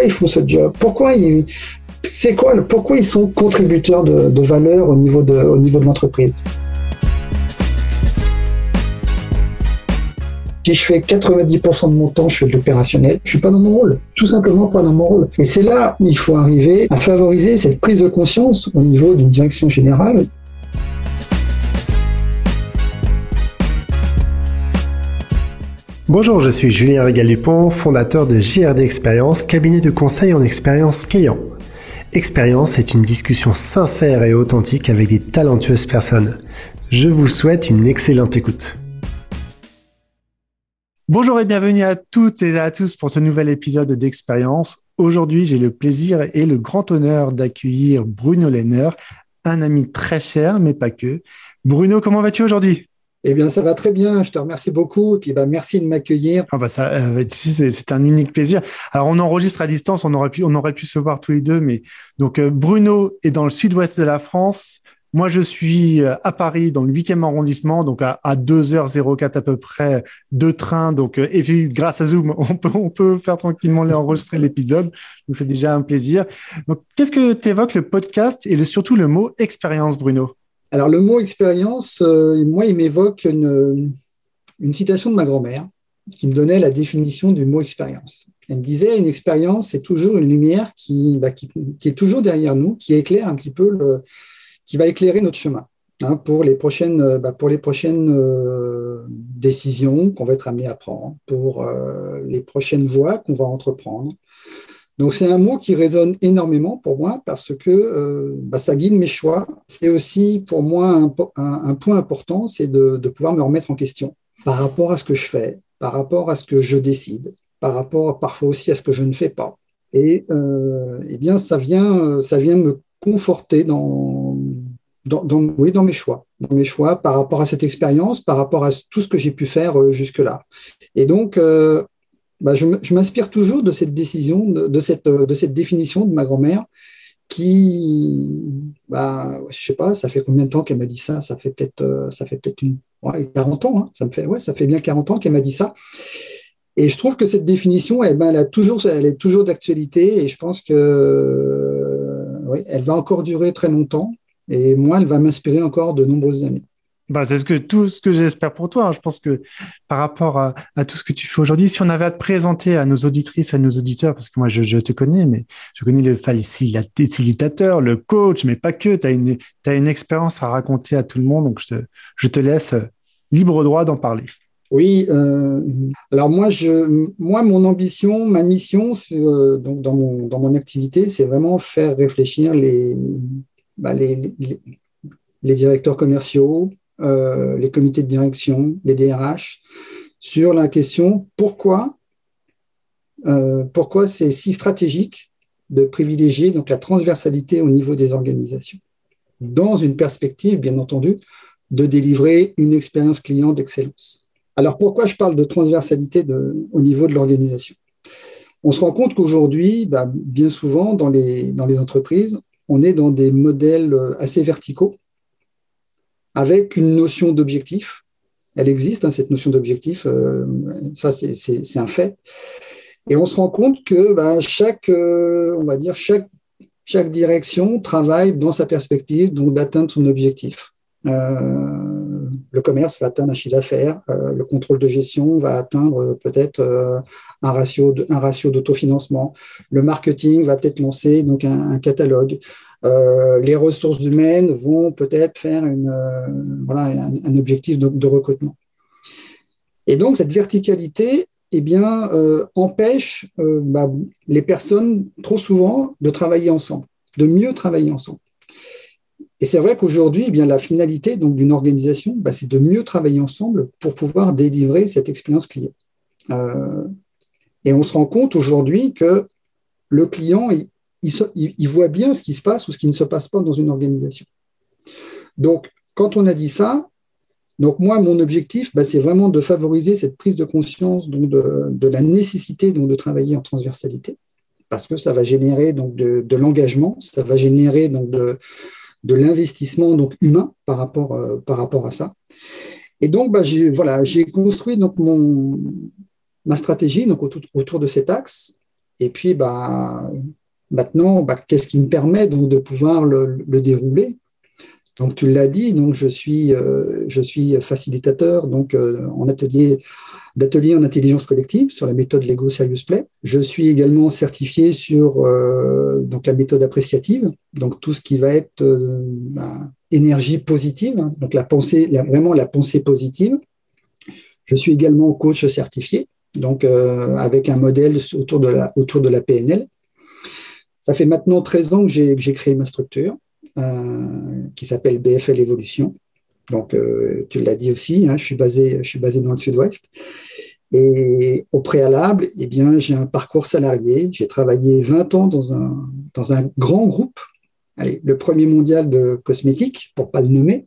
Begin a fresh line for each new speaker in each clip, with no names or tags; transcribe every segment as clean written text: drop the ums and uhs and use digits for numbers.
ils font ce job, pourquoi ils sont contributeurs de valeur au niveau de l'entreprise. Si je fais 90% de mon temps, je fais de l'opérationnel, je suis pas dans mon rôle, tout simplement pas dans mon rôle. Et c'est là où il faut arriver à favoriser cette prise de conscience au niveau d'une direction générale.
Bonjour, je suis Julien Régal-Dupont, fondateur de JRD Expérience, cabinet de conseil en expérience client. Expérience est une discussion sincère et authentique avec des talentueuses personnes. Je vous souhaite une excellente écoute. Bonjour et bienvenue à toutes et à tous pour ce nouvel épisode d'Expérience. Aujourd'hui, j'ai le plaisir et le grand honneur d'accueillir Bruno Lehner, un ami très cher, mais pas que. Bruno, comment vas-tu aujourd'hui ?
Eh bien, ça va très bien. Je te remercie beaucoup. Et puis, merci de m'accueillir.
C'est un unique plaisir. Alors, on enregistre à distance. On aurait pu se voir tous les deux. Mais donc, Bruno est dans le sud-ouest de la France. Moi, je suis à Paris, dans le 8e arrondissement, donc à 2h04 à peu près de train. Donc, et puis, grâce à Zoom, on peut faire tranquillement enregistrer l'épisode. Donc, c'est déjà un plaisir. Donc, qu'est-ce que t'évoques le podcast et surtout le mot expérience, Bruno ?
Alors, le mot expérience, moi, il m'évoque une citation de ma grand-mère qui me donnait la définition du mot expérience. Elle me disait, une expérience, c'est toujours une lumière qui est toujours derrière nous, qui éclaire un petit peu qui va éclairer notre chemin pour les prochaines décisions qu'on va être amené à prendre, pour les prochaines voies qu'on va entreprendre. Donc, c'est un mot qui résonne énormément pour moi parce que ça guide mes choix. C'est aussi pour moi un point important, c'est de pouvoir me remettre en question par rapport à ce que je fais, par rapport à ce que je décide, par rapport parfois aussi à ce que je ne fais pas. Et bien, ça vient me conforter dans mes choix. Dans mes choix par rapport à cette expérience, par rapport à tout ce que j'ai pu faire jusque-là. Et donc, je m'inspire toujours de cette décision, de cette définition de ma grand-mère qui, je sais pas, ça fait combien de temps qu'elle m'a dit ça? Ça fait peut-être 40 ans. Ça fait bien 40 ans qu'elle m'a dit ça. Et je trouve que cette définition, elle est toujours d'actualité et je pense que elle va encore durer très longtemps et moi, elle va m'inspirer encore de nombreuses années.
C'est tout ce que j'espère pour toi. Je pense que par rapport à tout ce que tu fais aujourd'hui, si on avait à te présenter à nos auditrices, à nos auditeurs, parce que moi, je te connais, mais je connais le facilitateur, le coach, mais pas que. Tu as une expérience à raconter à tout le monde, donc je te laisse libre droit d'en parler.
Oui, alors moi, mon ambition, ma mission, donc dans mon activité, c'est vraiment faire réfléchir les directeurs commerciaux, les comités de direction, les DRH, sur la question pourquoi c'est si stratégique de privilégier donc la transversalité au niveau des organisations, dans une perspective, bien entendu, de délivrer une expérience client d'excellence. Alors, pourquoi je parle de transversalité au niveau de l'organisation ? On se rend compte qu'aujourd'hui, bien souvent, dans les entreprises, on est dans des modèles assez verticaux, avec une notion d'objectif. Elle existe, cette notion d'objectif, ça c'est un fait. Et on se rend compte que chaque direction travaille dans sa perspective donc d'atteindre son objectif. Le commerce va atteindre un chiffre d'affaires, le contrôle de gestion va atteindre peut-être un ratio d'autofinancement, le marketing va peut-être lancer donc un catalogue, les ressources humaines vont peut-être faire un objectif de recrutement. Et donc cette verticalité empêche les personnes trop souvent de travailler ensemble, de mieux travailler ensemble. Et c'est vrai qu'aujourd'hui, la finalité donc, d'une organisation, c'est de mieux travailler ensemble pour pouvoir délivrer cette expérience client. Et on se rend compte aujourd'hui que le client, il voit bien ce qui se passe ou ce qui ne se passe pas dans une organisation. Donc, quand on a dit ça, donc moi, mon objectif, c'est vraiment de favoriser cette prise de conscience donc, de la nécessité donc, de travailler en transversalité, parce que ça va générer donc, de l'engagement, ça va générer donc, de l'investissement donc humain par rapport à ça. Et donc, j'ai construit donc ma stratégie donc autour de cet axe Et puis, maintenant, qu'est-ce qui me permet donc de pouvoir le dérouler? Donc, tu l'as dit, donc je suis facilitateur donc, en d'ateliers en intelligence collective sur la méthode Lego Serious Play. Je suis également certifié sur donc la méthode appréciative, donc tout ce qui va être énergie positive, hein, donc vraiment la pensée positive. Je suis également coach certifié, donc avec un modèle autour de la PNL. Ça fait maintenant 13 ans que j'ai créé ma structure qui s'appelle BFL Evolution. Donc, tu l'as dit aussi, hein, je suis basé dans le Sud-Ouest. Et au préalable, eh bien, j'ai un parcours salarié. J'ai travaillé 20 ans dans un grand groupe, allez, le premier mondial de cosmétiques, pour ne pas le nommer.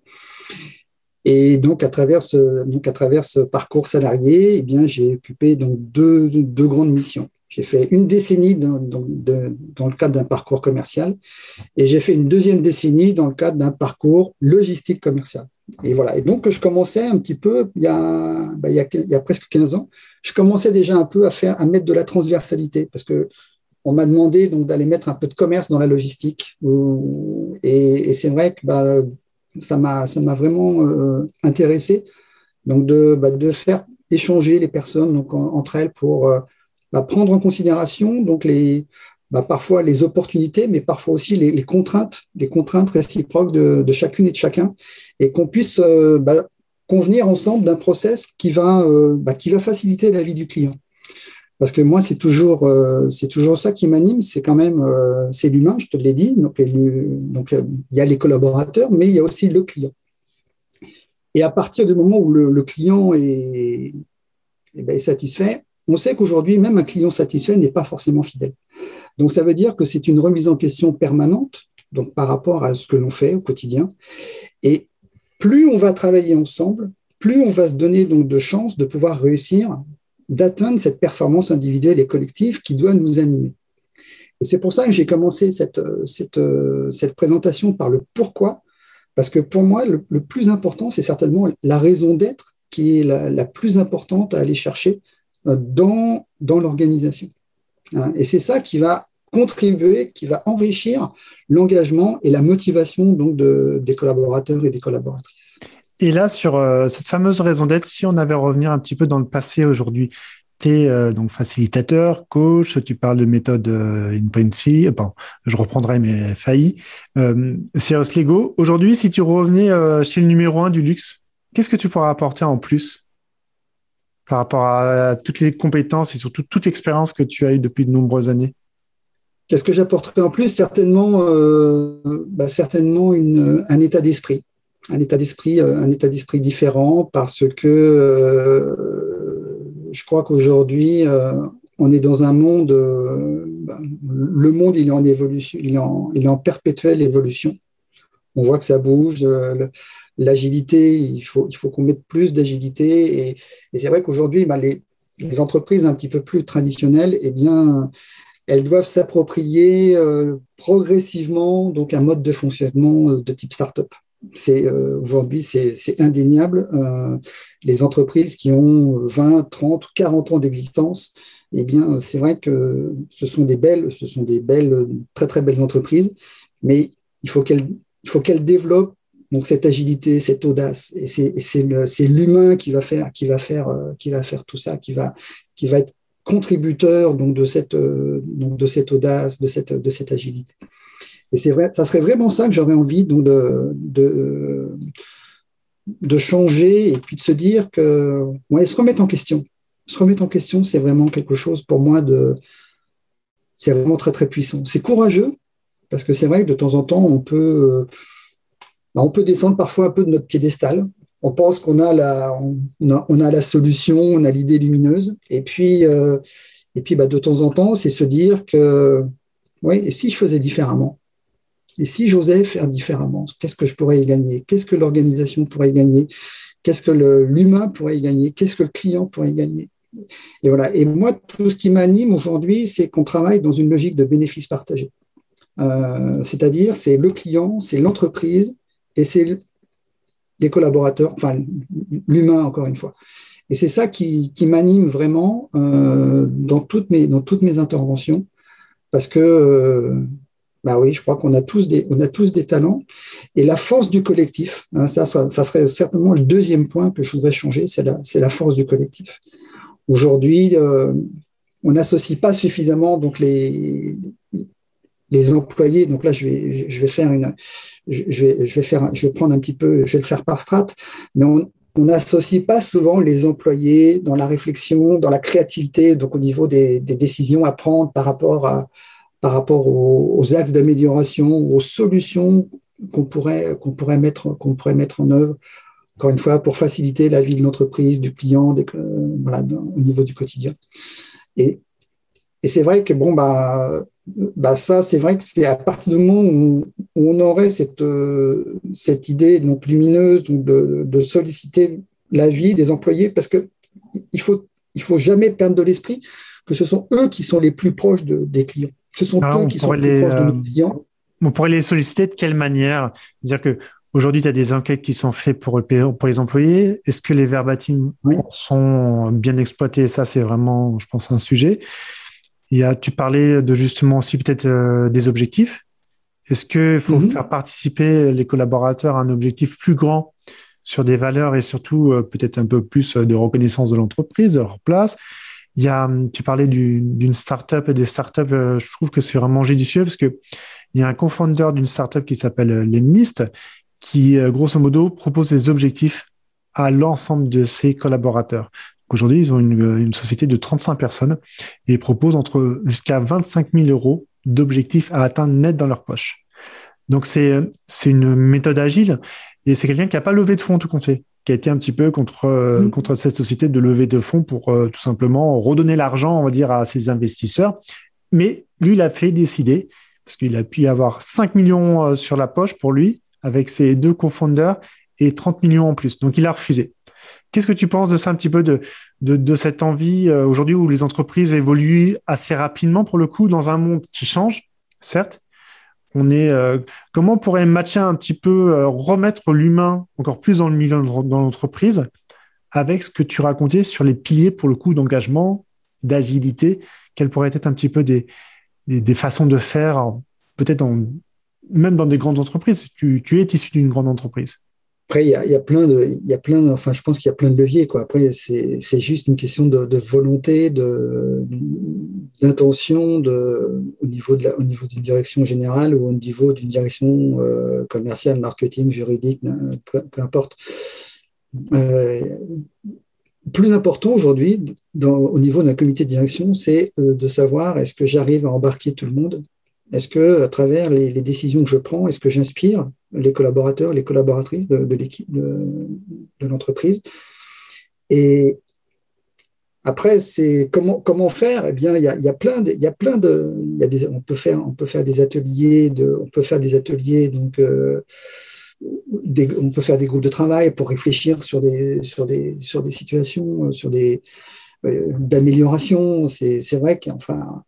Et donc, à travers ce parcours salarié, eh bien, j'ai occupé donc deux grandes missions. J'ai fait une décennie dans le cadre d'un parcours commercial et j'ai fait une deuxième décennie dans le cadre d'un parcours logistique commercial. Et voilà. Et donc, je commençais un petit peu, il y a presque 15 ans, je commençais déjà un peu à mettre de la transversalité parce que on m'a demandé donc d'aller mettre un peu de commerce dans la logistique. Et c'est vrai que ça m'a vraiment intéressé donc de faire échanger les personnes donc, entre elles pour prendre en considération donc parfois les opportunités, mais parfois aussi les contraintes réciproques de chacune et de chacun, et qu'on puisse convenir ensemble d'un process qui va faciliter la vie du client. Parce que moi, c'est toujours ça qui m'anime, c'est quand même c'est l'humain, je te l'ai dit. Donc, il y a les collaborateurs, mais il y a aussi le client. Et à partir du moment où le client est satisfait, on sait qu'aujourd'hui, même un client satisfait n'est pas forcément fidèle. Donc, ça veut dire que c'est une remise en question permanente donc, par rapport à ce que l'on fait au quotidien. Et plus on va travailler ensemble, plus on va se donner donc de chances de pouvoir réussir, d'atteindre cette performance individuelle et collective qui doit nous animer. Et c'est pour ça que j'ai commencé cette présentation par le pourquoi, parce que pour moi, le plus important, c'est certainement la raison d'être qui est la plus importante à aller chercher dans l'organisation. Et c'est ça qui va contribuer, qui va enrichir l'engagement et la motivation donc des collaborateurs et des collaboratrices.
Et là, sur cette fameuse raison d'être, si on avait à revenir un petit peu dans le passé aujourd'hui, tu es donc facilitateur, coach, tu parles de méthode InPrincip, bon, je reprendrai mes faillis. Serious Lego, aujourd'hui, si tu revenais chez le numéro 1 du luxe, qu'est-ce que tu pourrais apporter en plus par rapport à toutes les compétences et surtout toute l'expérience que tu as eue depuis de nombreuses années?
Qu'est-ce que j'apporterais en plus? Certainement un état d'esprit. Un état d'esprit différent parce que je crois qu'aujourd'hui, on est dans un monde, le monde il est en évolution, il est en perpétuelle évolution. On voit que ça bouge, l'agilité, il faut qu'on mette plus d'agilité. Et c'est vrai qu'aujourd'hui, les entreprises un petit peu plus traditionnelles, eh bien, elles doivent s'approprier progressivement donc un mode de fonctionnement de type start-up. Aujourd'hui, c'est indéniable. Les entreprises qui ont 20, 30 ou 40 ans d'existence, eh bien, c'est vrai que ce sont des très, très belles entreprises, mais il faut qu'elles développent donc cette agilité, cette audace. Et c'est l'humain qui va faire tout ça, qui va être contributeur donc de cette audace, de cette agilité. Et c'est vrai, ça serait vraiment ça que j'aurais envie donc de changer et puis de se dire que se remettre en question. Se remettre en question, c'est vraiment quelque chose pour moi c'est vraiment très très puissant. C'est courageux parce que c'est vrai que de temps en temps on peut descendre parfois un peu de notre piédestal. On pense qu'on a la solution, on a l'idée lumineuse. Et puis de temps en temps, c'est se dire que, et si je faisais différemment? Et si j'osais faire différemment? Qu'est-ce que je pourrais y gagner? Qu'est-ce que l'organisation pourrait y gagner? Qu'est-ce que l'humain pourrait y gagner? Qu'est-ce que le client pourrait y gagner? Et voilà. Et moi, tout ce qui m'anime aujourd'hui, c'est qu'on travaille dans une logique de bénéfice partagé. C'est-à-dire, c'est le client, c'est l'entreprise et c'est les collaborateurs, enfin l'humain encore une fois. Et c'est ça qui m'anime vraiment dans toutes mes interventions, parce que bah oui, je crois qu'on a on a tous des talents. Et la force du collectif, hein, ça serait certainement le deuxième point que je voudrais changer, c'est la force du collectif. Aujourd'hui, on n'associe pas suffisamment donc les employés. Donc là, je vais faire je vais prendre un petit peu, je vais le faire par strate, mais on n'associe pas souvent les employés dans la réflexion, dans la créativité, donc au niveau des décisions à prendre par rapport aux axes d'amélioration, aux solutions qu'on pourrait mettre en œuvre, encore une fois, pour faciliter la vie de l'entreprise, du client, voilà, au niveau du quotidien. Et, et c'est vrai que bon, ça, c'est vrai que c'est à partir du moment où on aurait cette idée donc lumineuse donc de solliciter la vie des employés, parce que il faut jamais perdre de l'esprit que ce sont eux qui sont les plus proches des clients. Ce sont
Alors,
eux qui sont les plus proches de nos clients.
on pourrait les solliciter de quelle manière? C'est-à-dire que aujourd'hui, tu as des enquêtes qui sont faites pour les employés. Est-ce que les verbatim
Oui.
sont bien exploités? Ça, c'est vraiment, je pense, un sujet. Tu parlais de justement aussi peut-être des objectifs. Est-ce qu'il faut faire participer les collaborateurs à un objectif plus grand sur des valeurs et surtout peut-être un peu plus de reconnaissance de l'entreprise, de leur place? Tu parlais d'une startup et des startups, je trouve que c'est vraiment judicieux parce que il y a un co-founder d'une startup qui s'appelle Lemlist qui, grosso modo, propose des objectifs à l'ensemble de ses collaborateurs. Aujourd'hui, ils ont une société de 35 personnes et ils proposent jusqu'à 25 000 euros d'objectifs à atteindre net dans leur poche. Donc, c'est une méthode agile et c'est quelqu'un qui n'a pas levé de fonds tout compte fait, qui a été un petit peu contre cette société de lever de fonds pour tout simplement redonner l'argent, on va dire, à ses investisseurs. Mais lui, il a fait décider, parce qu'il a pu y avoir 5 millions sur la poche pour lui, avec ses deux co-founders, et 30 millions en plus. Donc, il a refusé. Qu'est-ce que tu penses de ça un petit peu, de cette envie aujourd'hui où les entreprises évoluent assez rapidement pour le coup, dans un monde qui change, certes, comment on pourrait matcher un petit peu, remettre l'humain encore plus dans le milieu, dans l'entreprise, avec ce que tu racontais sur les piliers pour le coup d'engagement, d'agilité, quelles pourraient être un petit peu des façons de faire, peut-être même dans des grandes entreprises. Tu es issu d'une grande entreprise.
Après, il y a enfin, je pense qu'il y a plein de leviers, quoi. Après, c'est juste une question de volonté, d'intention, au niveau d'une direction générale ou au niveau d'une direction commerciale, marketing, juridique, peu importe. Euh, Plus important aujourd'hui, au niveau d'un comité de direction, c'est de savoir est-ce que j'arrive à embarquer tout le monde? Est-ce que, à travers les décisions que je prends, est-ce que j'inspire les collaborateurs, les collaboratrices de l'équipe de l'entreprise? Et après, c'est comment faire? Eh bien, il y a plein de, il y a plein de, il y a des, on peut faire des ateliers donc on peut faire des groupes de travail pour réfléchir sur des situations, d'amélioration. C'est vrai qu'enfin,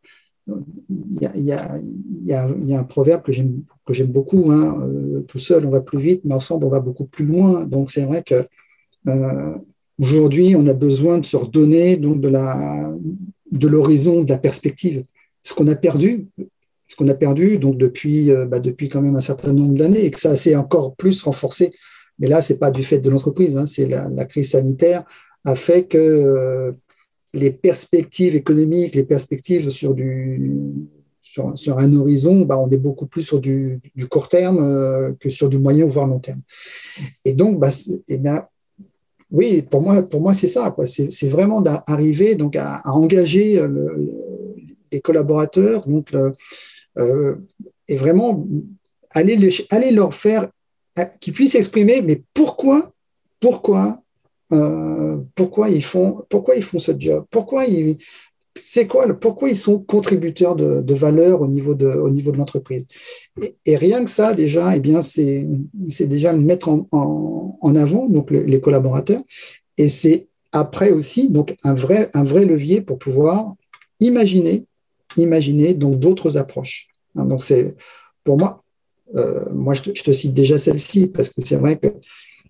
il y a un proverbe que j'aime beaucoup, hein, tout seul on va plus vite, mais ensemble on va beaucoup plus loin. Donc c'est vrai que euh, aujourd'hui on a besoin de se redonner donc de l'horizon, de la perspective. Ce qu'on a perdu, donc depuis quand même un certain nombre d'années, et que ça s'est encore plus renforcé. Mais là, c'est pas du fait de l'entreprise, hein, c'est la crise sanitaire a fait que les perspectives économiques, les perspectives sur un horizon, on est beaucoup plus sur du court terme que sur du moyen voire long terme. Et donc, oui, pour moi c'est ça, quoi. C'est vraiment d'arriver donc à engager les collaborateurs, donc et vraiment aller leur faire qu'ils puissent exprimer, mais pourquoi pourquoi ils font ce job, pourquoi ils sont contributeurs de valeur au niveau de l'entreprise. Et rien que ça, déjà, eh bien, c'est déjà le mettre en avant, donc les collaborateurs. Et c'est après aussi donc un vrai levier pour pouvoir imaginer donc d'autres approches. Hein, donc c'est pour moi, je te cite déjà celle-ci parce que c'est vrai que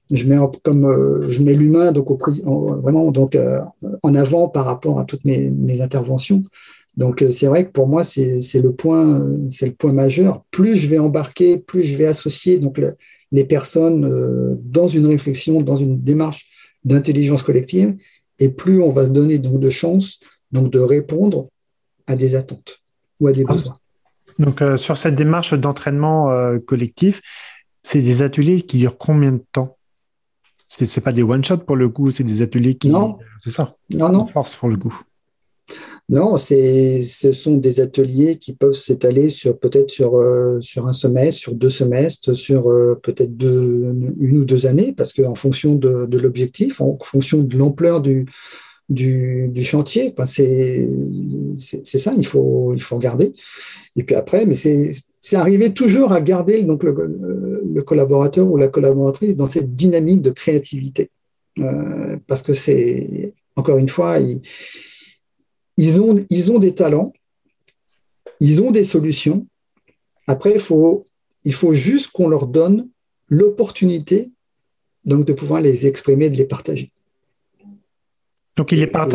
je mets l'humain donc vraiment donc en avant par rapport à toutes mes interventions. Donc c'est vrai que pour moi c'est le point majeur. Plus je vais embarquer, plus je vais associer donc les personnes dans une réflexion, dans une démarche d'intelligence collective, et plus on va se donner donc de chances donc de répondre à des attentes ou à des besoins.
Donc sur cette démarche d'entraînement collectif, c'est des ateliers qui durent combien de temps? C'est pas des one-shot pour le coup, c'est des ateliers qui...
Non,
C'est ça,
non,
en
non.
force pour le coup.
Non, ce sont des ateliers qui peuvent s'étaler peut-être sur un semestre, sur 2 semestres, sur peut-être 1 ou 2 années, parce qu'en fonction de l'objectif, en fonction de l'ampleur du chantier, c'est ça, il faut regarder. Et puis après, mais c'est arriver toujours à garder donc le collaborateur ou la collaboratrice dans cette dynamique de créativité. Parce que encore une fois, ils ont des talents, ils ont des solutions. Après, il faut juste qu'on leur donne l'opportunité donc de pouvoir les exprimer, de les partager.
Donc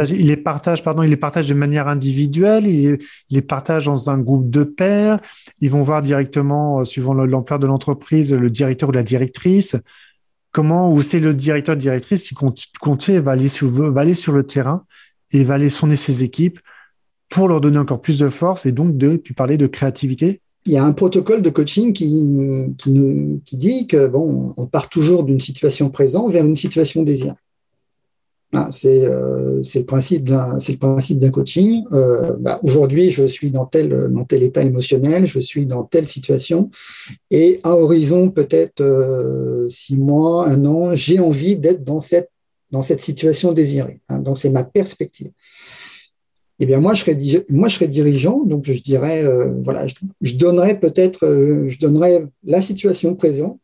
il les partage de manière individuelle, il les partage dans un groupe de pairs, ils vont voir directement, suivant l'ampleur de l'entreprise, le directeur ou la directrice. Ou c'est le directeur, directrice qui compte va aller sur le terrain et va aller sonner ses équipes pour leur donner encore plus de force et donc tu parlais de créativité.
Il y a un protocole de coaching qui dit que on part toujours d'une situation présente vers une situation désirée. C'est le principe d'un coaching. Aujourd'hui, je suis dans tel état émotionnel, je suis dans telle situation, et à horizon peut-être 6 mois, 1 an, j'ai envie d'être dans cette situation désirée. Donc c'est ma perspective. Eh bien moi je serais dirigeant, donc je dirais voilà, je donnerais la situation présente,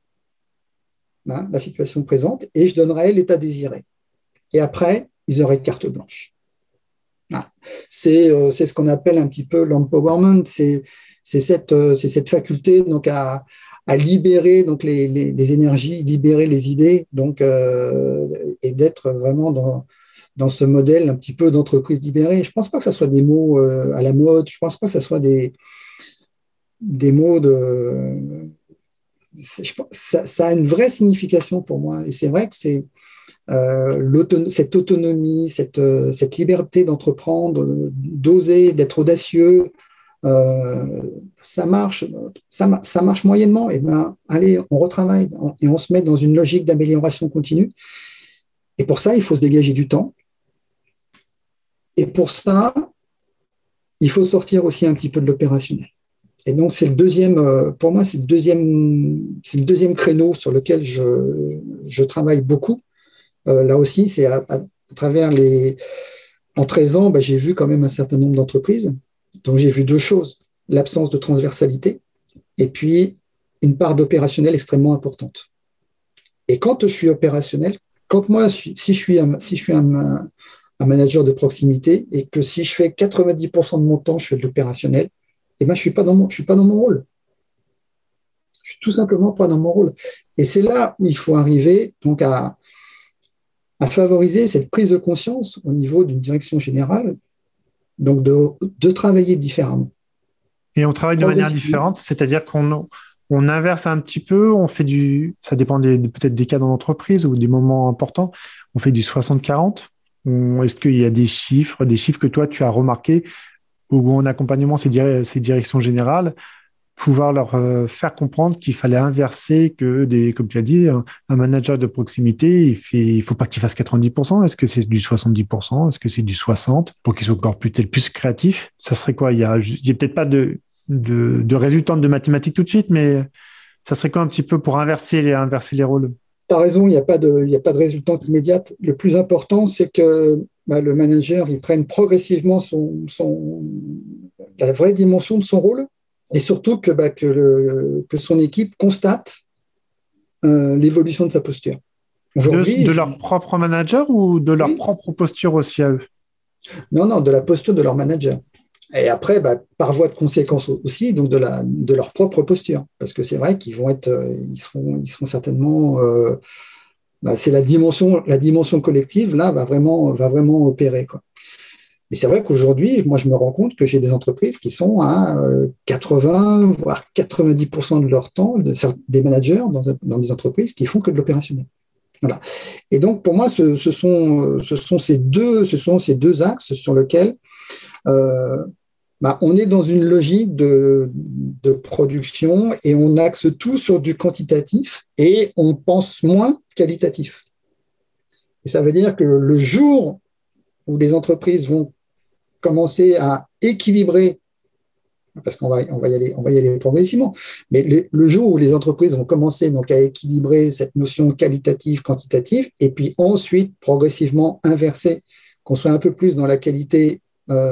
et je donnerais l'état désiré. Et après, ils auraient carte blanche. C'est ce qu'on appelle un petit peu l'empowerment. C'est cette faculté donc à libérer donc les énergies, libérer les idées, donc et d'être vraiment dans ce modèle un petit peu d'entreprise libérée. Je ne pense pas que ça soit des mots à la mode. Je ne pense pas que ça soit des mots de. Ça a une vraie signification pour moi. Et c'est vrai que c'est cette autonomie, cette liberté d'entreprendre, d'oser, d'être audacieux, ça marche moyennement. Et ben, allez, on retravaille et on se met dans une logique d'amélioration continue. Et pour ça, il faut se dégager du temps. Et pour ça, il faut sortir aussi un petit peu de l'opérationnel. Et donc, pour moi, c'est le deuxième créneau sur lequel je travaille beaucoup. Là aussi, c'est à travers En 13 ans, j'ai vu quand même un certain nombre d'entreprises. Donc, j'ai vu 2 choses. L'absence de transversalité et puis une part d'opérationnel extrêmement importante. Et quand je suis opérationnel, si je suis un manager de proximité et que si je fais 90% de mon temps, je fais de l'opérationnel, je ne suis pas dans mon rôle. Je suis tout simplement pas dans mon rôle. Et c'est là où il faut arriver donc à favoriser cette prise de conscience au niveau d'une direction générale, donc de travailler différemment.
Et on travaille de manière différente, c'est-à-dire qu'on inverse un petit peu, ça dépend peut-être des cas dans l'entreprise ou des moments importants, on fait du 60-40. Est-ce qu'il y a des chiffres que toi tu as remarqué où en accompagnement ces directions générales, pouvoir leur faire comprendre qu'il fallait inverser comme tu as dit, un manager de proximité, il faut pas qu'il fasse 90%. Est-ce que c'est du 70%? Est-ce que c'est du 60% pour qu'il soit encore plus créatif? Ça serait quoi? Il y a peut-être pas de résultante de mathématiques tout de suite, mais ça serait quoi un petit peu pour inverser les rôles?
Tu as raison, il n'y a pas de résultante immédiate. Le plus important, c'est que le manager il prenne progressivement la vraie dimension de son rôle. Et surtout que son équipe constate l'évolution de sa posture.
Aujourd'hui, de leur propre manager ou de leur propre posture aussi à eux?
Non, de la posture de leur manager. Et après, par voie de conséquence aussi, donc de leur propre posture. Parce que c'est vrai qu'ils seront certainement C'est la dimension collective, là, va vraiment opérer, quoi. Mais c'est vrai qu'aujourd'hui, moi, je me rends compte que j'ai des entreprises qui sont à 80, voire 90% de leur temps, des managers dans des entreprises qui font que de l'opérationnel. Voilà. Et donc, pour moi, ce sont ces deux axes sur lesquels on est dans une logique de production et on axe tout sur du quantitatif et on pense moins qualitatif. Et ça veut dire que le jour où les entreprises vont commencer à équilibrer, parce qu'on va y aller progressivement, mais le jour où les entreprises vont commencer donc à équilibrer cette notion qualitative-quantitative, et puis ensuite progressivement inverser, qu'on soit un peu plus dans la qualité,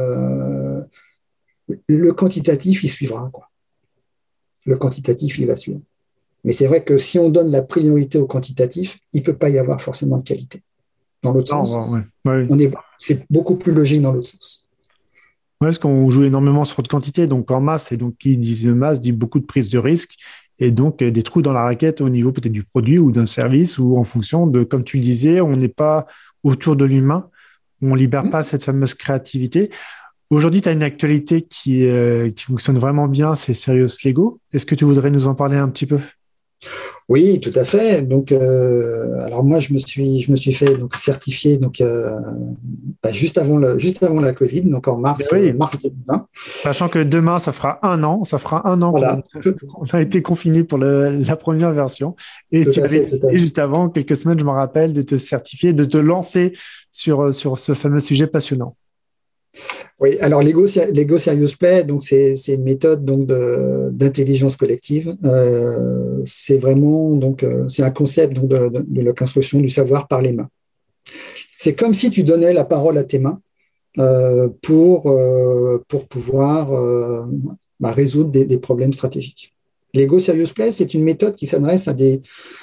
le quantitatif, il suivra, quoi. Le quantitatif, il va suivre. Mais c'est vrai que si on donne la priorité au quantitatif, il ne peut pas y avoir forcément de qualité. Dans l'autre sens, c'est beaucoup plus logique dans l'autre sens.
Oui, parce qu'on joue énormément sur de quantité, donc en masse, et donc qui dit masse dit beaucoup de prise de risque, et donc des trous dans la raquette au niveau peut-être du produit ou d'un service, ou en fonction de, comme tu disais, on n'est pas autour de l'humain, on ne libère pas cette fameuse créativité. Aujourd'hui, tu as une actualité qui fonctionne vraiment bien, c'est Serious Lego. Est-ce que tu voudrais nous en parler un petit peu?
Oui, tout à fait. Donc, alors moi, je me suis fait donc certifier donc juste avant la Covid, donc en mars 2020.
Sachant que demain, ça fera un an
Voilà.
qu'on a été confiné pour la première version. Et tu avais décidé juste avant, quelques semaines, je me rappelle, de te certifier, de te lancer sur ce fameux sujet passionnant.
Oui, alors Lego Serious Play, donc c'est une méthode donc d'intelligence collective. C'est vraiment donc c'est un concept donc de la construction du savoir par les mains. C'est comme si tu donnais la parole à tes mains pour pouvoir résoudre des problèmes stratégiques. Lego Serious Play, c'est une méthode qui s'adresse à des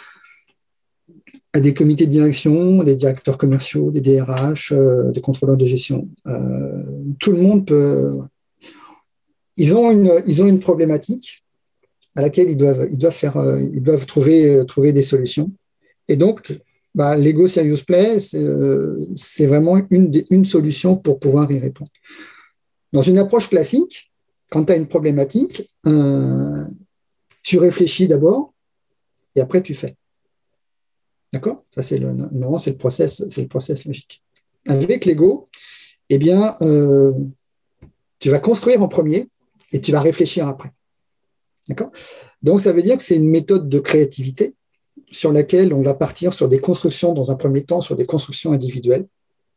comités de direction, des directeurs commerciaux, des DRH, des contrôleurs de gestion. Tout le monde peut. Ils ont une problématique à laquelle ils doivent trouver des solutions. Et donc, Lego Serious Play, c'est vraiment une solution pour pouvoir y répondre. Dans une approche classique, quand tu as une problématique, tu réfléchis d'abord et après tu fais. D'accord? Ça, c'est le process logique. Avec Lego, eh bien, tu vas construire en premier et tu vas réfléchir après. D'accord? Donc, ça veut dire que c'est une méthode de créativité sur laquelle on va partir sur des constructions, dans un premier temps, sur des constructions individuelles.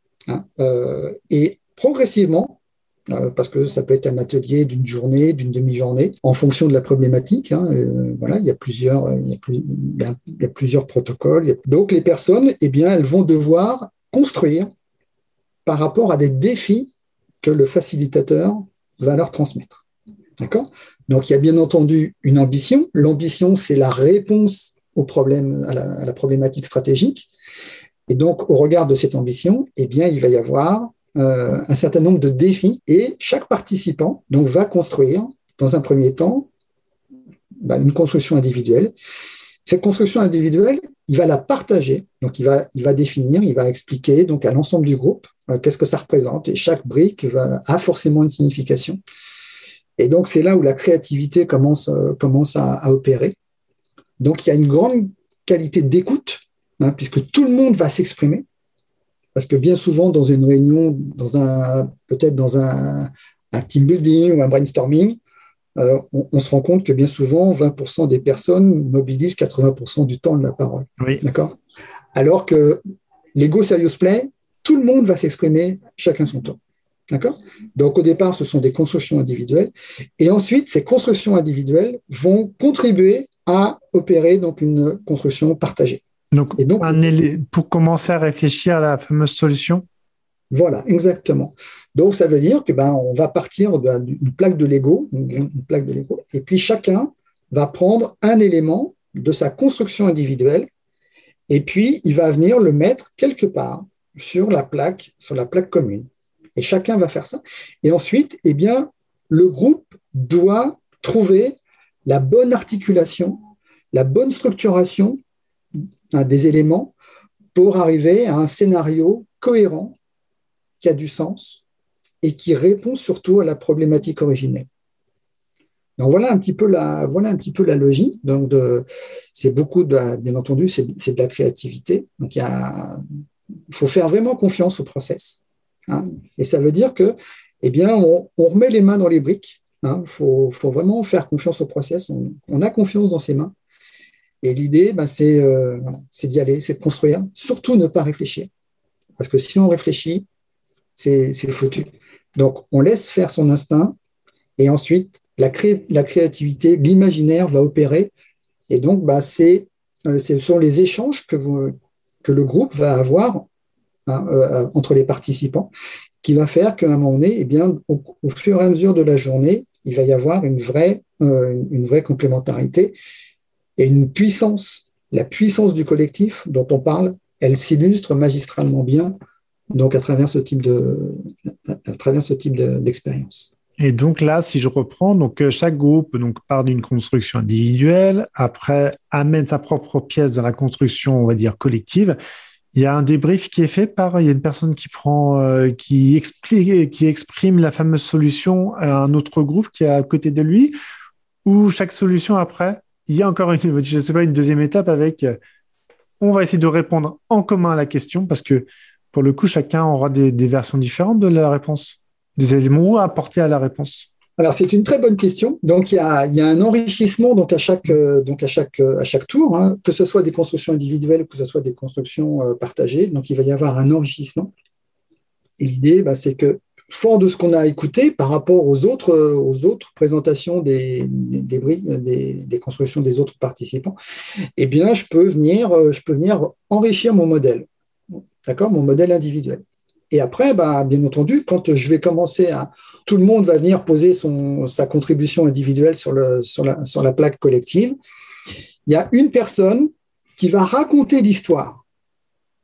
Et progressivement, parce que ça peut être un atelier d'une journée, d'une demi-journée, en fonction de la problématique. Il y a plusieurs protocoles. Donc, les personnes, eh bien, elles vont devoir construire par rapport à des défis que le facilitateur va leur transmettre. D'accord? Donc, il y a bien entendu une ambition. L'ambition, c'est la réponse au problème, à la problématique stratégique. Et donc, au regard de cette ambition, eh bien, il va y avoir un certain nombre de défis et chaque participant donc, va construire, dans un premier temps, une construction individuelle. Cette construction individuelle, il va la partager, donc il va définir, il va expliquer donc, à l'ensemble du groupe qu'est-ce que ça représente et chaque brique a forcément une signification. Et donc, c'est là où la créativité commence à opérer. Donc, il y a une grande qualité d'écoute, puisque tout le monde va s'exprimer. Parce que bien souvent, dans une réunion, peut-être dans un team building ou un brainstorming, on se rend compte que bien souvent, 20% des personnes mobilisent 80% du temps de la parole.
Oui.
D'accord? Alors que Lego Serious Play, tout le monde va s'exprimer chacun son tour. D'accord? Donc, au départ, ce sont des constructions individuelles. Et ensuite, ces constructions individuelles vont contribuer à opérer donc, une construction partagée.
Donc, pour commencer à réfléchir à la fameuse solution.
Voilà, exactement. Donc, ça veut dire que on va partir d'une plaque de Lego, et puis chacun va prendre un élément de sa construction individuelle, et puis il va venir le mettre quelque part sur la plaque commune. Et chacun va faire ça. Et ensuite, eh bien, le groupe doit trouver la bonne articulation, la bonne structuration des éléments pour arriver à un scénario cohérent qui a du sens et qui répond surtout à la problématique originelle. Donc voilà un petit peu la logique. Donc c'est beaucoup bien entendu, c'est de la créativité. Donc il faut faire vraiment confiance au process. Hein. Et ça veut dire que, eh bien, on remet les mains dans les briques. Hein. Faut vraiment faire confiance au process. On a confiance dans ses mains. Et l'idée, c'est d'y aller, c'est de construire. Surtout ne pas réfléchir. Parce que si on réfléchit, c'est foutu. Donc, on laisse faire son instinct et ensuite, la créativité, l'imaginaire va opérer. Et donc, ce sont les échanges que le groupe va avoir entre les participants qui va faire qu'à un moment donné, eh bien, au fur et à mesure de la journée, il va y avoir une vraie complémentarité et une puissance. La puissance du collectif dont on parle, elle s'illustre magistralement bien donc à travers ce type d'expérience.
Et donc là, si je reprends, donc chaque groupe part d'une construction individuelle, après amène sa propre pièce dans la construction, on va dire collective. Il y a un débrief qui est fait il y a une personne qui exprime la fameuse solution à un autre groupe qui est à côté de lui, ou chaque solution après, il y a encore une deuxième étape avec, on va essayer de répondre en commun à la question parce que pour le coup, chacun aura des versions différentes de la réponse, des éléments à apporter à la réponse.
Alors, c'est une très bonne question. Donc, il y a un enrichissement à chaque tour, hein, que ce soit des constructions individuelles ou que ce soit des constructions partagées. Donc, il va y avoir un enrichissement. Et l'idée, c'est que, fort de ce qu'on a écouté par rapport aux autres présentations des constructions des autres participants, eh bien, je peux venir enrichir mon modèle, d'accord, mon modèle individuel. Et après, bien entendu, quand je vais commencer tout le monde va venir poser sa contribution individuelle sur la plaque collective, il y a une personne qui va raconter l'histoire. D'accord ?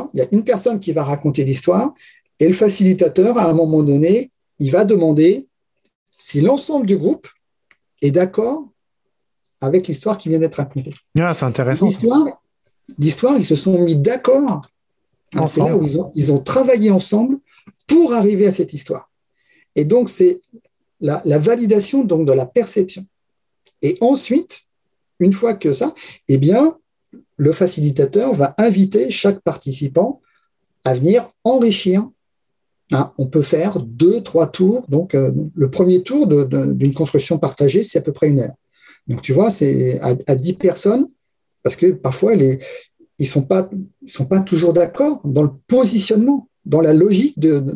Il y a une personne qui va raconter l'histoire et le facilitateur, à un moment donné, il va demander si l'ensemble du groupe est d'accord avec l'histoire qui vient d'être racontée.
Ah, c'est intéressant.
L'histoire, ils se sont mis d'accord. C'est là où ils ont travaillé ensemble pour arriver à cette histoire. Et donc, c'est la validation donc, de la perception. Et ensuite, une fois que ça, eh bien, le facilitateur va inviter chaque participant à venir enrichir. On peut faire 2-3 tours. Donc, le premier tour d'une construction partagée, c'est à peu près 1 heure. Donc, tu vois, c'est à 10 personnes, parce que parfois, ils ne sont pas toujours d'accord dans le positionnement, dans la logique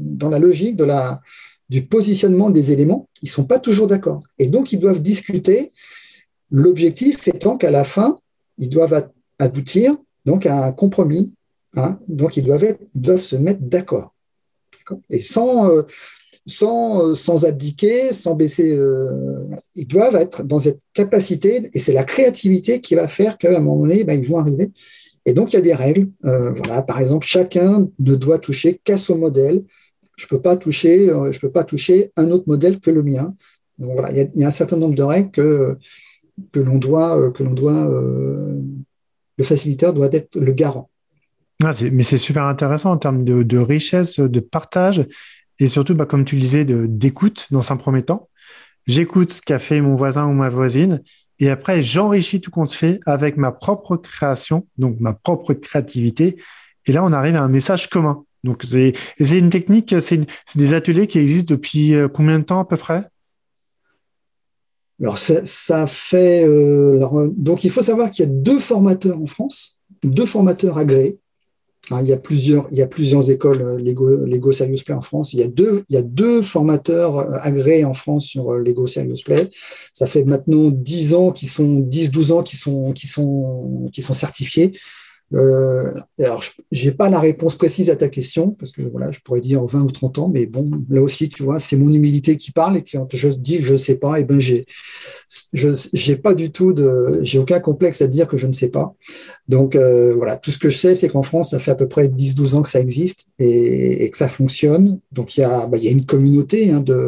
du positionnement des éléments. Ils ne sont pas toujours d'accord. Et donc, ils doivent discuter, l'objectif étant qu'à la fin, ils doivent aboutir donc, à un compromis. Donc, ils doivent se mettre d'accord. Et sans abdiquer, sans baisser. Ils doivent être dans cette capacité, et c'est la créativité qui va faire qu'à un moment donné, ils vont arriver. Et donc, il y a des règles. Par exemple, chacun ne doit toucher qu'à son modèle. Je ne peux pas toucher un autre modèle que le mien. Donc, voilà, il y a un certain nombre de règles que le facilitateur doit être le garant.
Mais c'est super intéressant en termes de richesse, de partage et surtout, comme tu le disais, d'écoute dans un premier temps. J'écoute ce qu'a fait mon voisin ou ma voisine et après, j'enrichis tout compte fait avec ma propre création, donc ma propre créativité. Et là, on arrive à un message commun. Donc, c'est une technique, c'est des ateliers qui existent depuis combien de temps à peu près ?
Alors, ça fait. Donc, il faut savoir qu'il y a 2 formateurs en France, 2 formateurs agréés. Il y a plusieurs écoles Lego Serious Play en France. Il y a deux formateurs agréés en France sur Lego Serious Play. Ça fait maintenant 10-12 ans qui sont certifiés. Alors, j'ai pas la réponse précise à ta question, parce que voilà, je pourrais dire 20 ou 30 ans, mais bon, là aussi, tu vois, c'est mon humilité qui parle, et quand je dis que je sais pas, et ben j'ai pas du tout j'ai aucun complexe à dire que je ne sais pas. Donc voilà, tout ce que je sais, c'est qu'en France, ça fait à peu près 10-12 ans que ça existe et que ça fonctionne. Donc il y a une communauté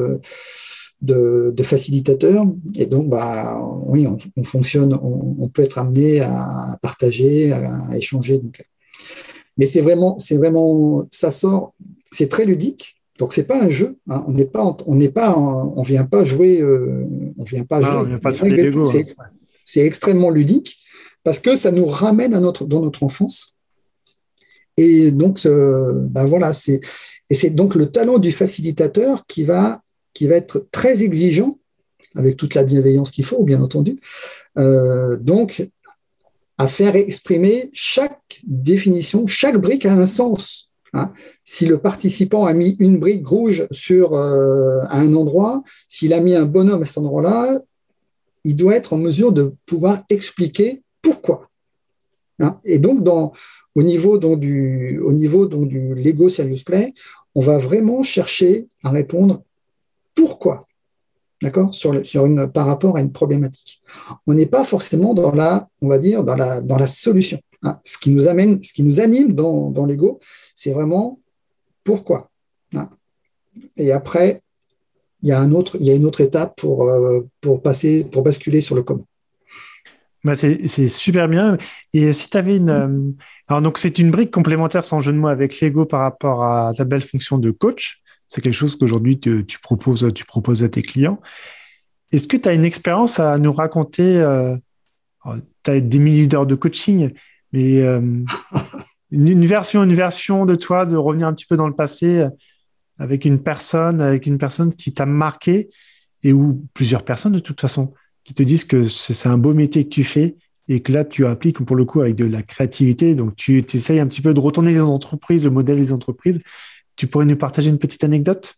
de facilitateurs, et donc oui, on fonctionne, on peut être amené à partager, à échanger. Donc Mais c'est vraiment, ça sort, c'est très ludique. Donc c'est pas un jeu. Hein. On vient pas jouer, on vient pas
Non, on
jouer.
vient pas
Mais
sur des
malgré tout,
Lego. Hein.
c'est extrêmement ludique parce que ça nous ramène dans notre enfance. Et donc, voilà, et c'est donc le talent du facilitateur qui va être très exigeant, avec toute la bienveillance qu'il faut, bien entendu. Donc, à faire exprimer chaque définition, chaque brique a un sens. Hein. Si le participant a mis une brique rouge à un endroit, s'il a mis un bonhomme à cet endroit-là, il doit être en mesure de pouvoir expliquer pourquoi. Hein. Et donc, au niveau du Lego Serious Play, on va vraiment chercher à répondre pourquoi. D'accord, par rapport à une problématique. On n'est pas forcément on va dire, dans la solution. Hein. Ce qui nous anime dans l'ego, c'est vraiment pourquoi. Hein. Et après, il y a une autre étape pour basculer sur le comment.
Bah c'est super bien. Et si tu avais alors, donc, c'est une brique complémentaire sans jeu de mots avec Lego par rapport à ta belle fonction de coach. C'est quelque chose qu'aujourd'hui tu proposes à tes clients. Est-ce que tu as une expérience à nous raconter tu as des milliers d'heures de coaching, mais une version de toi, de revenir un petit peu dans le passé avec une personne qui t'a marqué et ou plusieurs personnes de toute façon qui te disent que c'est un beau métier que tu fais et que là tu appliques pour le coup avec de la créativité. Donc tu essayes un petit peu de retourner les entreprises, le modèle des entreprises. Tu pourrais nous partager une petite anecdote?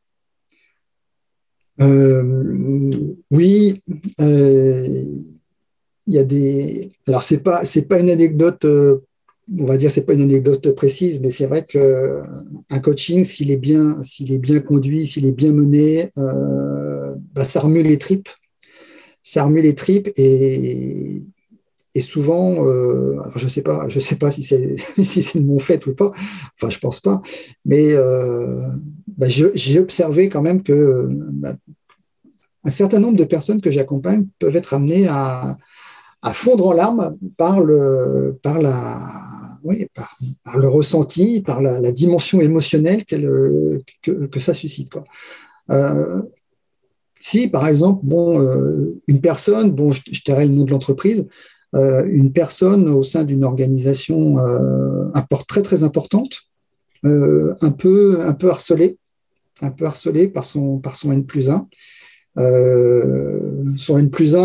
Oui, il y a Alors c'est pas une anecdote. On va dire c'est pas une anecdote précise, mais c'est vrai que un coaching, s'il est bien conduit, s'il est bien mené, ça remue les tripes. Ça remue les tripes et souvent, alors je sais pas si c'est si c'est de mon fait ou pas. Enfin, je pense pas, mais j'ai observé quand même que un certain nombre de personnes que j'accompagne peuvent être amenées à fondre en larmes par le ressenti, par la dimension émotionnelle que ça suscite, quoi. Euh, Si, par exemple, une personne, je tairai le nom de l'entreprise, une personne au sein d'une organisation très très importante, un peu harcelée par son N+1. Son N+1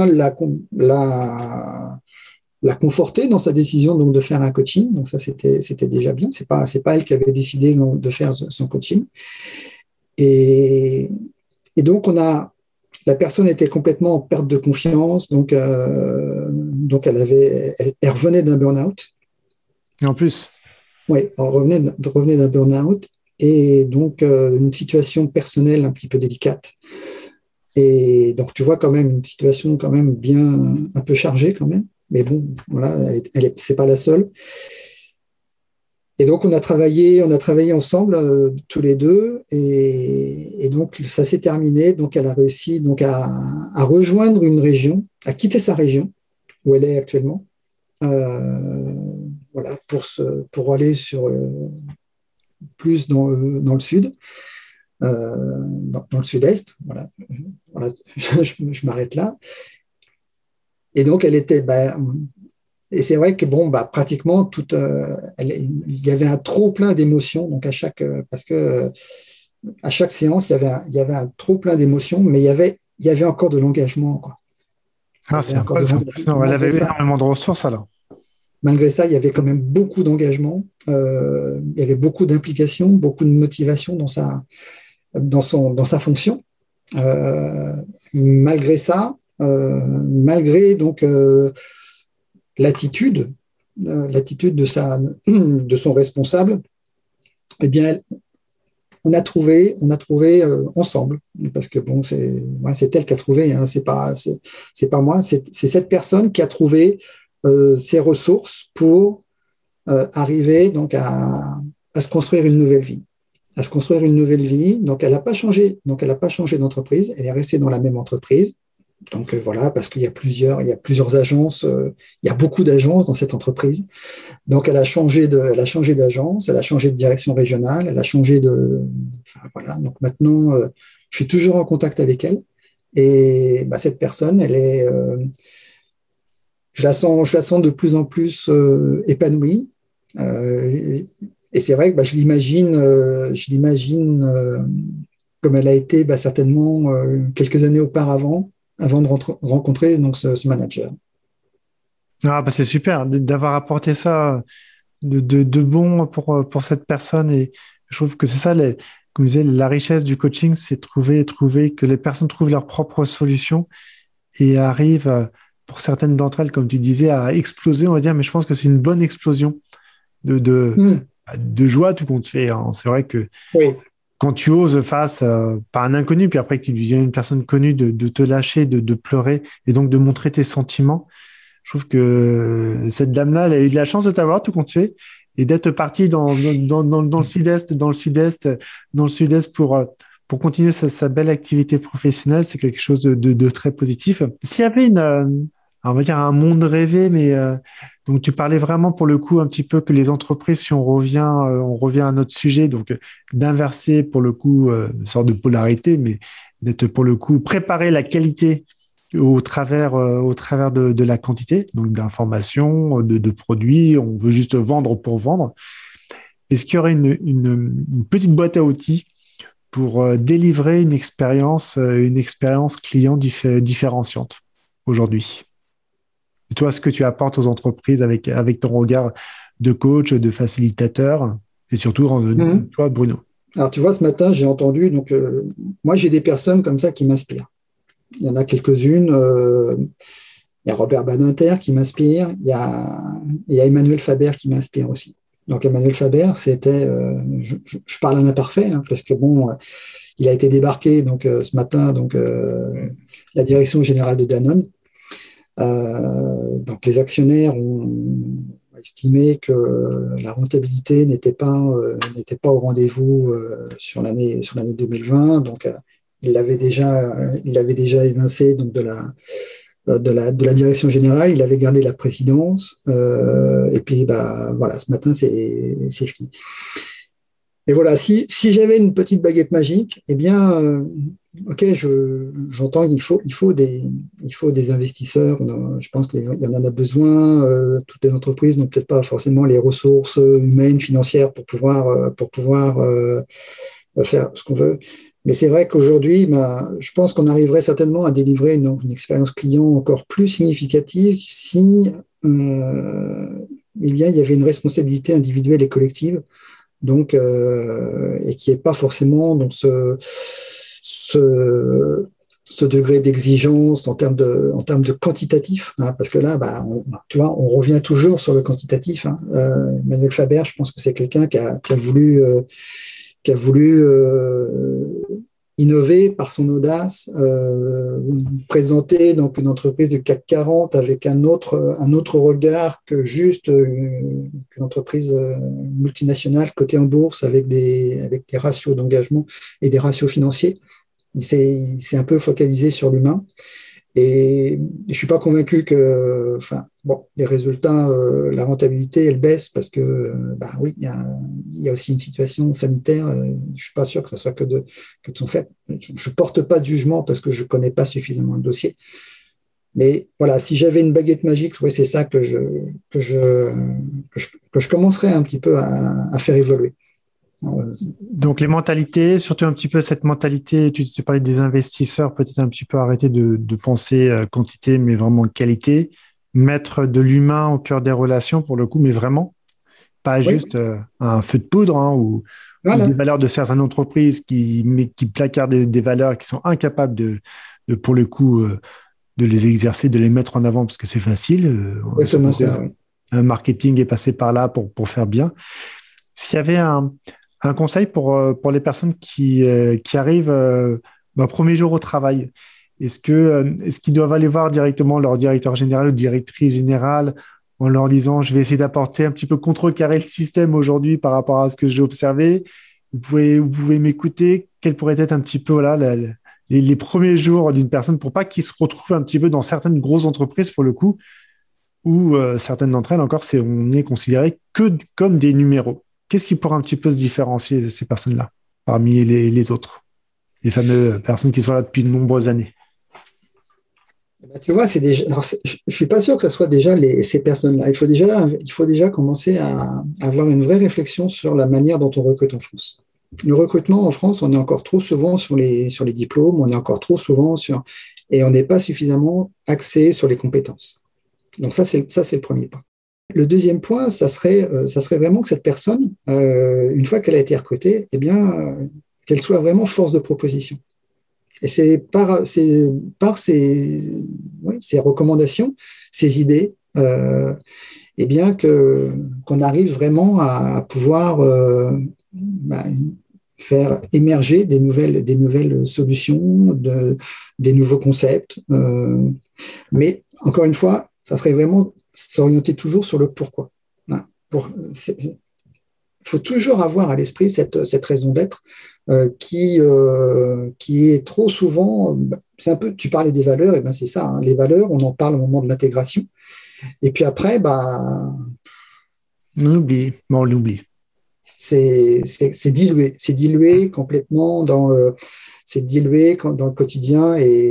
l'a conforté dans sa décision donc de faire un coaching. Donc ça, c'était déjà bien. C'est pas elle qui avait décidé de faire son coaching. Et, et donc, la personne était complètement en perte de confiance. Donc elle revenait d'un burn-out.
Et en plus,
Oui, elle revenait d'un burn-out. Et donc, une situation personnelle un petit peu délicate. Et donc, tu vois quand même une situation quand même un peu chargée quand même. Mais bon, voilà, c'est pas la seule. Et donc, on a travaillé ensemble, tous les deux. Et donc, ça s'est terminé. Donc, elle a réussi donc, à rejoindre une région, à quitter sa région où elle est actuellement. Voilà, pour aller plus dans le sud. Dans le sud-est. Voilà, je m'arrête là. Et donc, elle était. Et c'est vrai que pratiquement il y avait un trop plein d'émotions. Donc parce que à chaque séance, il y avait un trop plein d'émotions, mais il y avait encore de l'engagement, quoi.
c'est impressionnant. Elle avait énormément de ressources alors.
Malgré ça, il y avait quand même beaucoup d'engagement. Il y avait beaucoup d'implication, beaucoup de motivation dans sa fonction. Malgré ça, malgré donc l'attitude de son responsable, eh bien, on a trouvé ensemble, parce que c'est elle qui a trouvé, hein, c'est pas moi, c'est cette personne qui a trouvé ses ressources pour arriver donc à se construire une nouvelle vie. Donc, elle n'a pas changé d'entreprise, elle est restée dans la même entreprise. Voilà, parce qu'il y a plusieurs agences, il y a beaucoup d'agences dans cette entreprise. Donc elle a changé d'agence, elle a changé de direction régionale, elle a changé enfin, voilà. Donc maintenant, je suis toujours en contact avec elle. Et bah, cette personne, je la sens de plus en plus épanouie. Euh, et c'est vrai que bah, je l'imagine comme elle a été bah, certainement quelques années auparavant, avant de rencontrer donc ce manager.
Ah, bah c'est super d'avoir apporté ça de bon pour cette personne. Et je trouve que c'est ça, comme je disais, la richesse du coaching, c'est trouver que les personnes trouvent leurs propres solutions et arrivent, pour certaines d'entre elles, comme tu disais, à exploser, on va dire. Mais je pense que c'est une bonne explosion de, de,
Hmm.
de joie tout compte fait, hein. C'est vrai que
Oui,
quand tu oses face pas un inconnu, puis après qu'il devient une personne connue, de te lâcher, de pleurer et donc de montrer tes sentiments. Je trouve que cette dame-là, elle a eu de la chance de t'avoir tout compte fait et d'être partie dans le sud-est, dans le sud-est pour continuer sa belle activité professionnelle. C'est quelque chose de très positif. S'il y avait on va dire un monde rêvé, mais donc tu parlais vraiment pour le coup un petit peu que les entreprises, si on revient à notre sujet, donc d'inverser pour le coup une sorte de polarité, mais d'être pour le coup préparer la qualité au travers de la quantité, donc d'informations, de produits. On veut juste vendre pour vendre. Est-ce qu'il y aurait une petite boîte à outils pour délivrer une expérience client différenciante aujourd'hui? Et toi, ce que tu apportes aux entreprises avec ton regard de coach, de facilitateur, et surtout,
mhm.
toi, Bruno.
Alors tu vois, ce matin, j'ai entendu, moi j'ai des personnes comme ça qui m'inspirent. Il y en a quelques-unes. Il y a Robert Badinter qui m'inspire. Il y a Emmanuel Faber qui m'inspire aussi. Donc Emmanuel Faber, je parle en imparfait, hein, parce que bon, il a été débarqué ce matin, la direction générale de Danone. Donc les actionnaires ont estimé que la rentabilité n'était pas au rendez-vous sur l'année 2020. Il l'avait déjà évincé donc de la direction générale. Il avait gardé la présidence. Et puis bah voilà, ce matin c'est fini. Et voilà, si j'avais une petite baguette magique, eh bien, ok, j'entends il faut des investisseurs. Je pense qu'il y en a besoin. Toutes les entreprises n'ont peut-être pas forcément les ressources humaines, financières pour pouvoir faire ce qu'on veut. Mais c'est vrai qu'aujourd'hui, bah, je pense qu'on arriverait certainement à délivrer une expérience client encore plus significative si eh bien, il y avait une responsabilité individuelle et collective et qui n'est pas forcément ce, ce degré d'exigence en termes de quantitatif, hein, parce que là, bah, tu vois, on revient toujours sur le quantitatif, hein. Manuel Faber, je pense que c'est quelqu'un qui a voulu innover par son audace, présenter donc une entreprise du CAC 40 avec un autre regard que juste une entreprise multinationale cotée en bourse avec des ratios d'engagement et des ratios financiers. Il s'est un peu focalisé sur l'humain. Et je suis pas convaincu que, enfin, bon, les résultats, la rentabilité, elle baisse parce que, bah oui, il y a aussi une situation sanitaire. Je suis pas sûr que ce soit que de son fait. Je porte pas de jugement parce que je connais pas suffisamment le dossier. Mais voilà, si j'avais une baguette magique, ouais, c'est ça que je commencerais un petit peu à faire évoluer.
Donc les mentalités, surtout un petit peu cette mentalité, tu parlais des investisseurs, peut-être un petit peu arrêter de penser quantité, mais vraiment qualité, mettre de l'humain au cœur des relations pour le coup, mais vraiment, pas
Oui,
juste un feu de poudre, hein, ou des
voilà.
valeurs de certaines entreprises qui placardent des valeurs qui sont incapables pour le coup, de les exercer, de les mettre en avant parce que c'est facile.
Exactement ça, oui.
Un marketing est passé par là pour faire bien. S'il y avait un conseil pour les personnes qui arrivent premier jour au travail, est-ce qu'ils doivent aller voir directement leur directeur général ou directrice générale en leur disant je vais essayer d'apporter un petit peu contrecarrer le système aujourd'hui par rapport à ce que j'ai observé. Vous pouvez m'écouter. Quelle pourrait être un petit peu voilà, les premiers jours d'une personne pour pas qu'ils se retrouvent un petit peu dans certaines grosses entreprises, pour le coup, où certaines d'entre elles, encore, on est considéré comme des numéros. Qu'est-ce qui pourrait un petit peu se différencier de ces personnes-là parmi les autres, les fameuses personnes qui sont là depuis de nombreuses années?
Tu vois, je suis pas sûr que ce soit déjà ces personnes-là. Il faut déjà commencer à avoir une vraie réflexion sur la manière dont on recrute en France. Le recrutement en France, on est encore trop souvent sur les diplômes, on est encore trop souvent et on n'est pas suffisamment axé sur les compétences. Donc ça, c'est le premier point. Le deuxième point, ça serait vraiment que cette personne, une fois qu'elle a été recrutée, eh bien, qu'elle soit vraiment force de proposition. Et c'est par ces recommandations, ces idées, eh bien qu'on arrive vraiment à pouvoir faire émerger des nouvelles solutions, des nouveaux concepts. Mais encore une fois, ça serait vraiment s'orienter toujours sur le pourquoi. Il faut toujours avoir à l'esprit cette raison d'être qui est trop souvent, c'est un peu, tu parlais des valeurs, et ben c'est ça, hein, les valeurs, on en parle au moment de l'intégration, et puis après,
On l'oublie.
C'est dilué complètement c'est dilué dans le quotidien,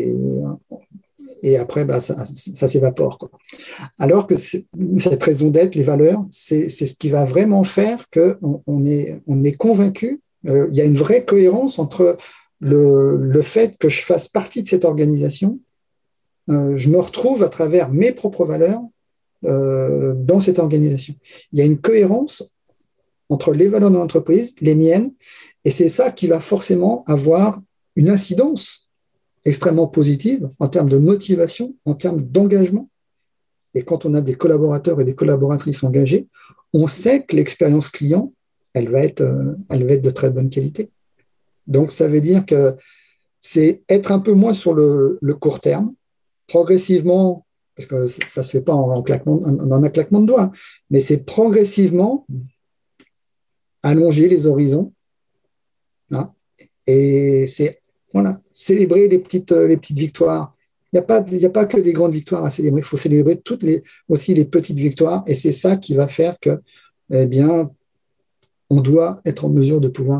et après, ça s'évapore, quoi. Alors que cette raison d'être, les valeurs, c'est ce qui va vraiment faire qu'on est convaincu. Il y a une vraie cohérence entre le fait que je fasse partie de cette organisation, je me retrouve à travers mes propres valeurs dans cette organisation. Il y a une cohérence entre les valeurs de l'entreprise, les miennes, et c'est ça qui va forcément avoir une incidence extrêmement positive en termes de motivation, en termes d'engagement. Et quand on a des collaborateurs et des collaboratrices engagés, on sait que l'expérience client, elle va être de très bonne qualité. Donc, ça veut dire que c'est être un peu moins sur le court terme, progressivement, parce que ça ne se fait pas en un claquement de doigts, mais c'est progressivement allonger les horizons, hein, et c'est célébrer les petites victoires. Il n'y a pas que des grandes victoires à célébrer, il faut célébrer aussi les petites victoires, et c'est ça qui va faire que, eh bien, on doit être en mesure de pouvoir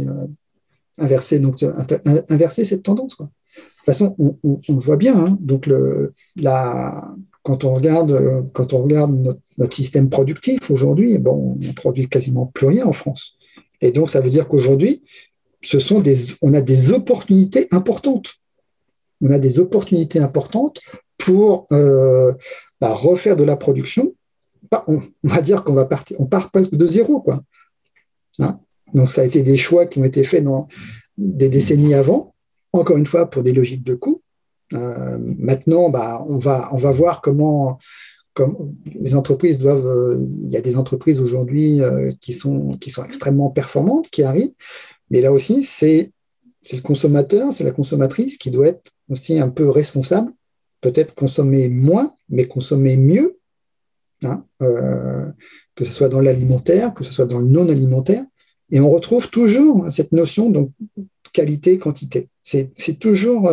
inverser cette tendance, quoi. De toute façon, on le voit bien, hein. Donc quand on regarde notre système productif aujourd'hui, bon, on ne produit quasiment plus rien en France. Et donc, ça veut dire qu'aujourd'hui, on a des opportunités importantes. On a des opportunités importantes pour refaire de la production. On va dire on part presque de zéro, quoi. Hein. Donc, ça a été des choix qui ont été faits dans des décennies avant, encore une fois, pour des logiques de coût. Maintenant, on va voir comme les entreprises il y a des entreprises aujourd'hui qui sont extrêmement performantes, qui arrivent, mais là aussi, c'est le consommateur, c'est la consommatrice qui doit être aussi un peu responsable, peut-être consommer moins, mais consommer mieux, hein, que ce soit dans l'alimentaire, que ce soit dans le non-alimentaire. Et on retrouve toujours cette notion de qualité-quantité. C'est toujours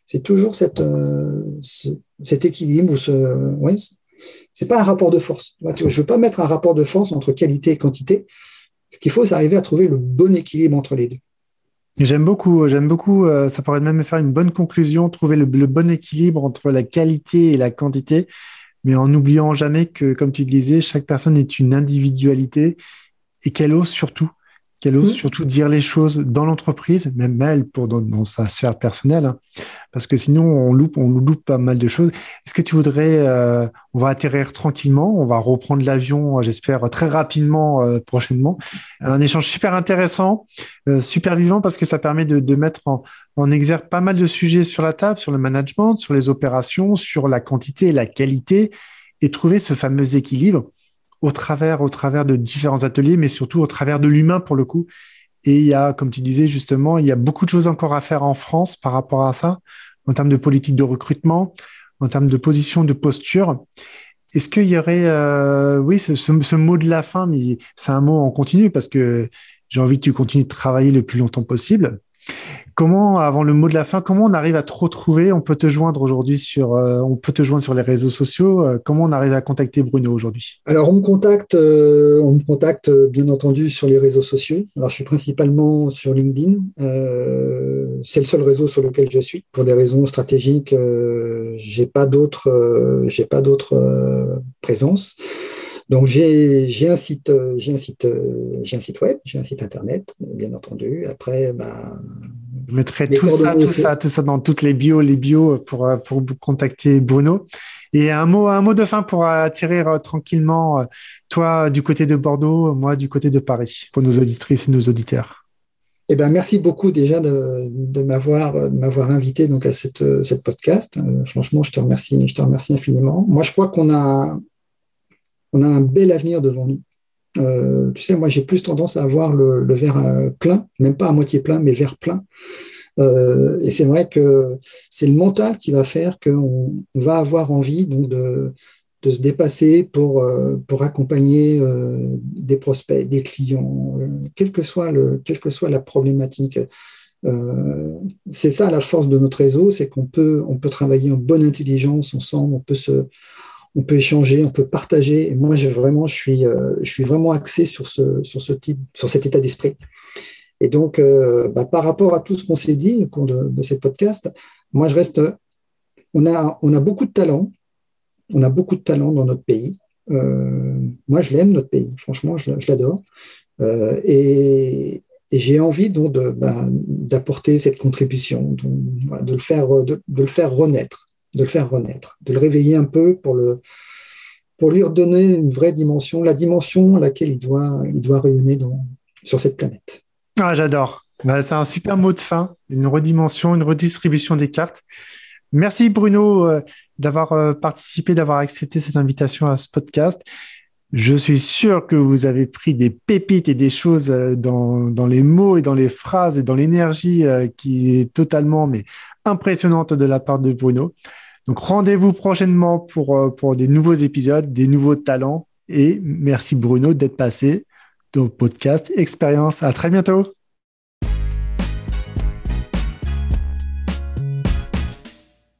cet équilibre. C'est pas un rapport de force. Je ne veux pas mettre un rapport de force entre qualité et quantité. Ce qu'il faut, c'est arriver à trouver le bon équilibre entre les deux.
J'aime beaucoup, ça pourrait même faire une bonne conclusion, trouver le bon équilibre entre la qualité et la quantité, mais en n'oubliant jamais que, comme tu le disais, chaque personne est une individualité et qu'elle ose surtout dire les choses dans l'entreprise, même elle, dans sa sphère personnelle, hein, parce que sinon on loupe pas mal de choses. Est-ce que tu voudrais, on va atterrir tranquillement, on va reprendre l'avion, j'espère très rapidement prochainement. Un échange super intéressant, super vivant, parce que ça permet de mettre en exergue pas mal de sujets sur la table, sur le management, sur les opérations, sur la quantité et la qualité, et trouver ce fameux équilibre au travers de différents ateliers, mais surtout au travers de l'humain pour le coup. Et il y a, comme tu disais justement, il y a beaucoup de choses encore à faire en France par rapport à ça, en termes de politique de recrutement, en termes de position, de posture. Est-ce qu'il y aurait, ce mot de la fin, mais c'est un mot en continu parce que j'ai envie que tu continues de travailler le plus longtemps possible. Comment, avant le mot de la fin, comment on arrive à te retrouver? On peut te joindre aujourd'hui on peut te joindre sur les réseaux sociaux. Comment on arrive à contacter Bruno aujourd'hui?
Alors, on me contacte bien entendu sur les réseaux sociaux. Alors, je suis principalement sur LinkedIn. C'est le seul réseau sur lequel je suis. Pour des raisons stratégiques, j'ai pas d'autres présences. Donc, j'ai un site web, j'ai un site internet, bien entendu. Après,
Je mettrai
les coordonnées.
tout ça dans toutes les bios pour vous contacter Bruno. Et un mot de fin pour atterrir tranquillement, toi du côté de Bordeaux, moi du côté de Paris, pour nos auditrices et nos auditeurs.
Eh ben, merci beaucoup déjà de m'avoir invité donc à cette podcast. Franchement, je te remercie infiniment. Moi, je crois on a un bel avenir devant nous. Tu sais, moi, j'ai plus tendance à avoir le verre plein, même pas à moitié plein, mais verre plein. Et c'est vrai que c'est le mental qui va faire qu'on va avoir envie donc de se dépasser pour accompagner des prospects, des clients, quelle que soit la problématique. C'est ça la force de notre réseau, c'est on peut travailler en bonne intelligence ensemble, on peut échanger, on peut partager. Et moi, je suis vraiment axé sur cet état d'esprit. Et donc, par rapport à tout ce qu'on s'est dit au cours de cette podcast, moi, on a beaucoup de talent. On a beaucoup de talent dans notre pays. Moi, je l'aime, notre pays. Franchement, je l'adore. Et j'ai envie donc d'apporter cette contribution, voilà, de le faire renaître, de le réveiller un peu pour lui redonner une vraie dimension, la dimension à laquelle il doit rayonner sur cette planète.
Ah, j'adore. C'est un super mot de fin, une redimension, une redistribution des cartes. Merci Bruno d'avoir participé, d'avoir accepté cette invitation à ce podcast. Je suis sûr que vous avez pris des pépites et des choses dans les mots et dans les phrases et dans l'énergie qui est totalement impressionnante de la part de Bruno. Donc rendez-vous prochainement pour des nouveaux épisodes, des nouveaux talents. Et merci Bruno d'être passé dans le podcast Expérience. À très bientôt.